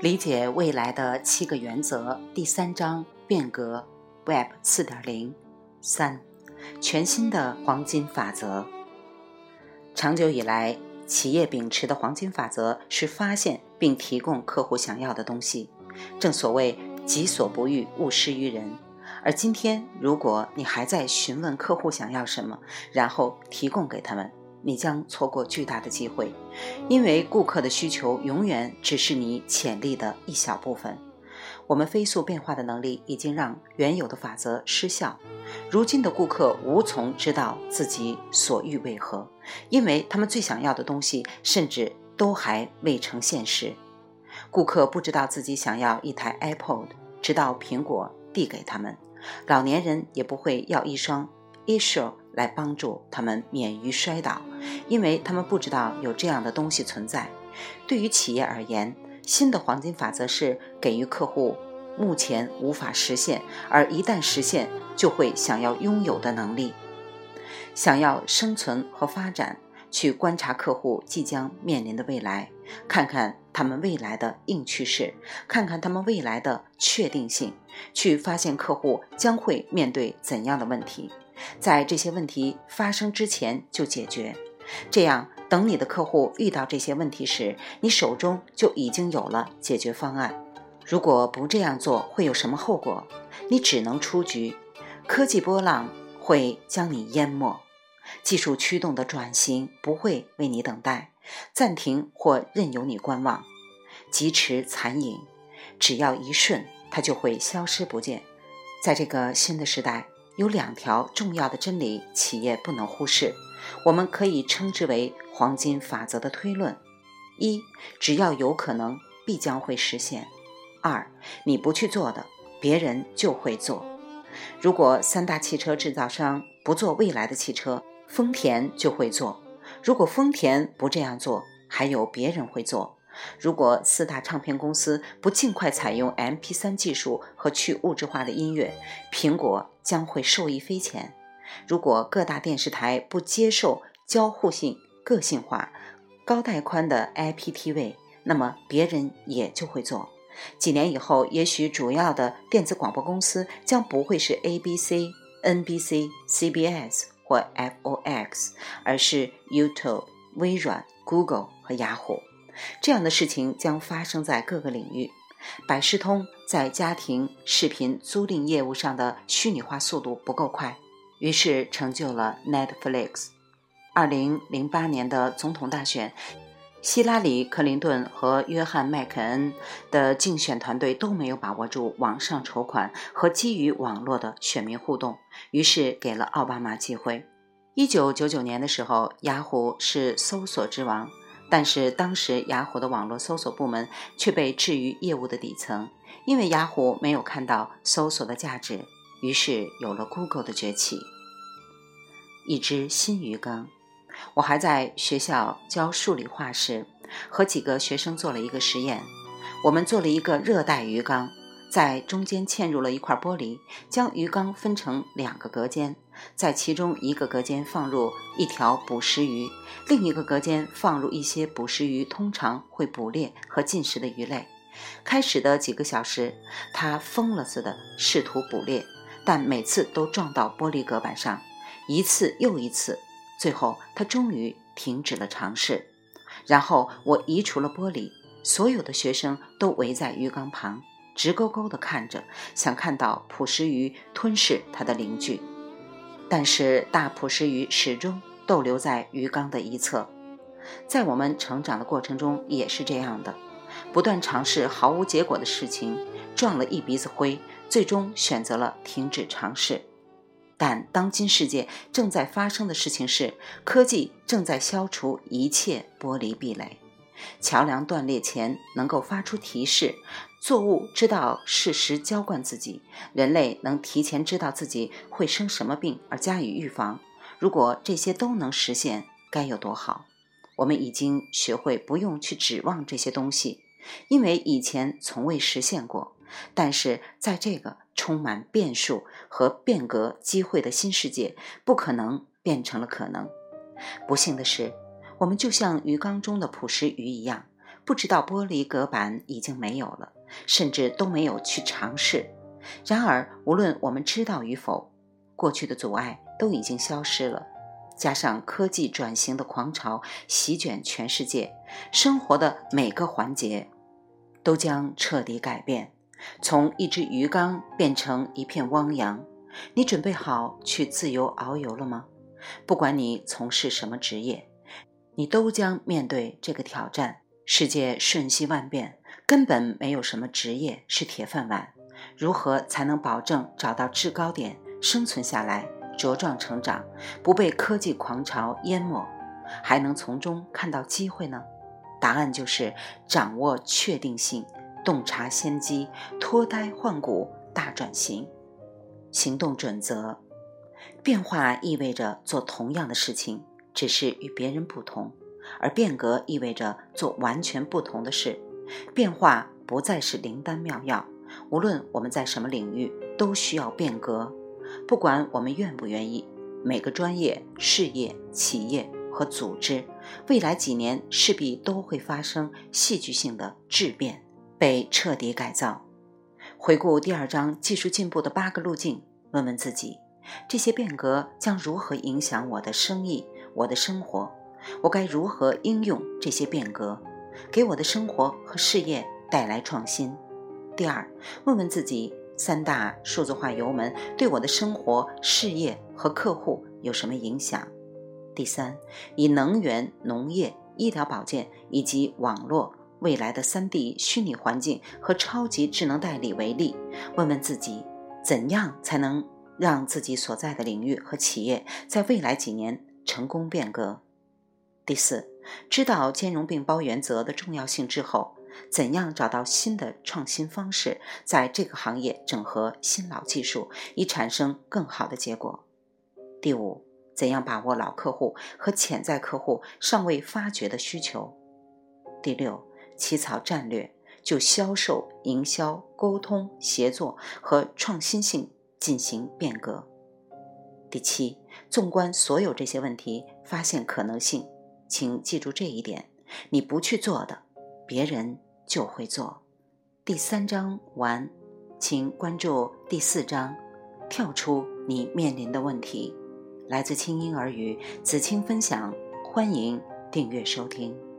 理解未来的7个原则第3章变革 Web 4.0 3全新的黄金法则。长久以来，企业秉持的黄金法则是发现并提供客户想要的东西，正所谓己所不欲，勿施于人。而今天，如果你还在询问客户想要什么，然后提供给他们，你将错过巨大的机会，因为顾客的需求永远只是你潜力的一小部分。我们飞速变化的能力已经让原有的法则失效，如今的顾客无从知道自己所欲为何，因为他们最想要的东西甚至都还未成现实。顾客不知道自己想要一台 iPod， 直到苹果递给他们。老年人也不会要一双 Issue 来帮助他们免于摔倒，因为他们不知道有这样的东西存在。对于企业而言，新的黄金法则是给予客户目前无法实现，而一旦实现就会想要拥有的能力。想要生存和发展，去观察客户即将面临的未来，看看他们未来的硬趋势，看看他们未来的确定性，去发现客户将会面对怎样的问题，在这些问题发生之前就解决。这样，等你的客户遇到这些问题时，你手中就已经有了解决方案。如果不这样做，会有什么后果？你只能出局，科技波浪会将你淹没，技术驱动的转型不会为你等待，暂停或任由你观望，疾驰残影，只要一瞬，它就会消失不见。在这个新的时代，有2条重要的真理，企业不能忽视，我们可以称之为黄金法则的推论。1. 只要有可能，必将会实现。2. 你不去做的，别人就会做。如果3大汽车制造商不做未来的汽车，丰田就会做；如果丰田不这样做，还有别人会做。如果4大唱片公司不尽快采用 MP3 技术和去物质化的音乐，苹果将会受益匪浅。如果各大电视台不接受交互性、个性化、高带宽的 IPTV， 那么别人也就会做。几年以后，也许主要的电子广播公司将不会是 ABC、NBC、CBS 或 FOX， 而是 YouTube、微软、Google 和雅虎。这样的事情将发生在各个领域。百事通在家庭视频租赁业务上的虚拟化速度不够快，于是成就了 Netflix。2008年的总统大选，希拉里·克林顿和约翰·麦肯恩的竞选团队都没有把握住网上筹款和基于网络的选民互动，于是给了奥巴马机会。1999年的时候，雅虎是搜索之王，但是当时雅虎的网络搜索部门却被置于业务的底层，因为雅虎没有看到搜索的价值，于是有了 Google 的崛起。一只新鱼缸。我还在学校教数理化时，和几个学生做了一个实验。我们做了一个热带鱼缸，在中间嵌入了一块玻璃，将鱼缸分成2个隔间，在其中一个隔间放入一条捕食鱼，另一个隔间放入一些捕食鱼通常会捕猎和进食的鱼类。开始的几个小时，他疯了似的试图捕猎，但每次都撞到玻璃隔板上，一次又一次，最后他终于停止了尝试。然后我移除了玻璃，所有的学生都围在鱼缸旁，直勾勾地看着，想看到捕食鱼吞噬它的邻居。但是大捕食鱼始终逗留在鱼缸的一侧。在我们成长的过程中也是这样的，不断尝试毫无结果的事情，撞了一鼻子灰，最终选择了停止尝试。但当今世界正在发生的事情是，科技正在消除一切玻璃壁垒。桥梁断裂前能够发出提示，作物知道适时浇灌自己，人类能提前知道自己会生什么病而加以预防。如果这些都能实现，该有多好。我们已经学会不用去指望这些东西，因为以前从未实现过。但是在这个充满变数和变革机会的新世界，不可能变成了可能。不幸的是，我们就像鱼缸中的捕食鱼一样， 不知道玻璃隔板已经没有了，甚至都没有去尝试。然而无论我们知道与否，过去的阻碍都已经消失了，加上科技转型的狂潮席卷全世界，生活的每个环节都将彻底改变，从一只鱼缸变成一片汪洋。你准备好去自由遨游了吗？不管你从事什么职业，你都将面对这个挑战。世界瞬息万变，根本没有什么职业是铁饭碗。如何才能保证找到制高点，生存下来，茁壮成长，不被科技狂潮淹没，还能从中看到机会呢？答案就是掌握确定性，洞察先机，脱胎换骨，大转型。行动准则：变化意味着做同样的事情，只是与别人不同，而变革意味着做完全不同的事。变化不再是灵丹妙药，无论我们在什么领域，都需要变革。不管我们愿不愿意，每个专业、事业、企业和组织，未来几年势必都会发生戏剧性的质变，被彻底改造。回顾第2章技术进步的8个路径，问问自己，这些变革将如何影响我的生意、我的生活？我该如何应用这些变革，给我的生活和事业带来创新？第2，问问自己，3大数字化油门对我的生活、事业和客户有什么影响？第3，以能源、农业、医疗保健以及网络未来的3D 虚拟环境和超级智能代理为例，问问自己，怎样才能让自己所在的领域和企业在未来几年成功变革？第4，知道兼容并包原则的重要性之后，怎样找到新的创新方式，在这个行业整合新老技术，以产生更好的结果？第5，怎样把握老客户和潜在客户尚未发掘的需求？第6，起草战略，就销售、营销、沟通、协作和创新性进行变革。第7，纵观所有这些问题，发现可能性。请记住这一点，你不去做的，别人就会做。第3章完，请关注第4章，跳出你面临的问题。来自清音儿语子青分享，欢迎订阅收听。